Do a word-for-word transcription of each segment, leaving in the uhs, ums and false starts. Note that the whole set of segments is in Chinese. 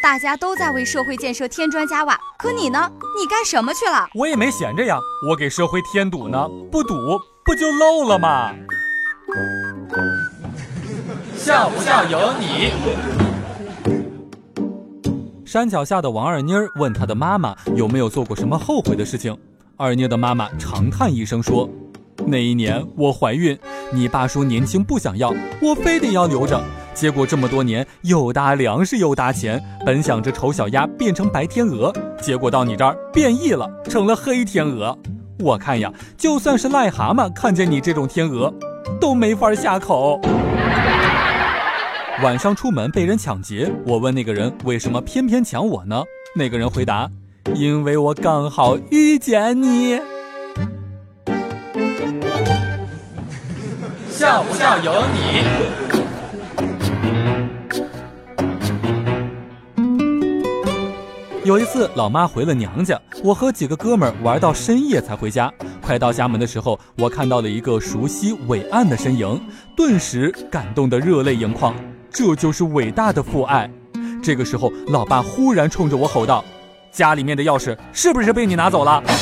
大家都在为社会建设添砖加瓦，可你呢？你干什么去了？ 我也没闲着呀，我给社会添堵呢，不堵不就漏了吗？ 笑不笑由你。 山脚下的王二妮问她的妈妈有没有做过什么后悔的事情。二妮的妈妈长叹一声说，那一年我怀孕，你爸说年轻不想要，我非得要留着，结果这么多年又搭粮食又搭钱，本想着丑小鸭变成白天鹅，结果到你这儿变异了，成了黑天鹅。我看呀，就算是癞蛤蟆看见你这种天鹅都没法下口。晚上出门被人抢劫，我问那个人为什么偏偏抢我呢？那个人回答，因为我刚好遇见你。 笑不笑由你。 有一次老妈回了娘家，我和几个哥们儿玩到深夜才回家。快到家门的时候，我看到了一个熟悉伟岸的身影，顿时感动得热泪盈眶。这就是伟大的父爱。这个时候老爸忽然冲着我吼道，家里面的钥匙是不是被你拿走了？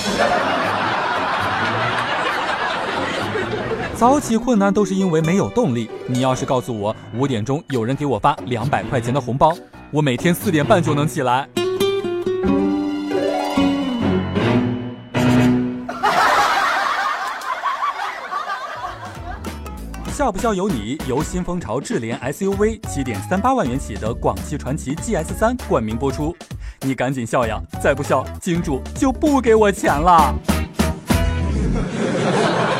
早起困难都是因为没有动力，你要是告诉我五点钟有人给我发两百块钱的红包，我每天四点半就能起来。笑不笑由你，由新风潮智联 S U V 七点三八万元起的广汽传祺 G S 三冠名播出。你赶紧笑呀，再不笑，金主就不给我钱了。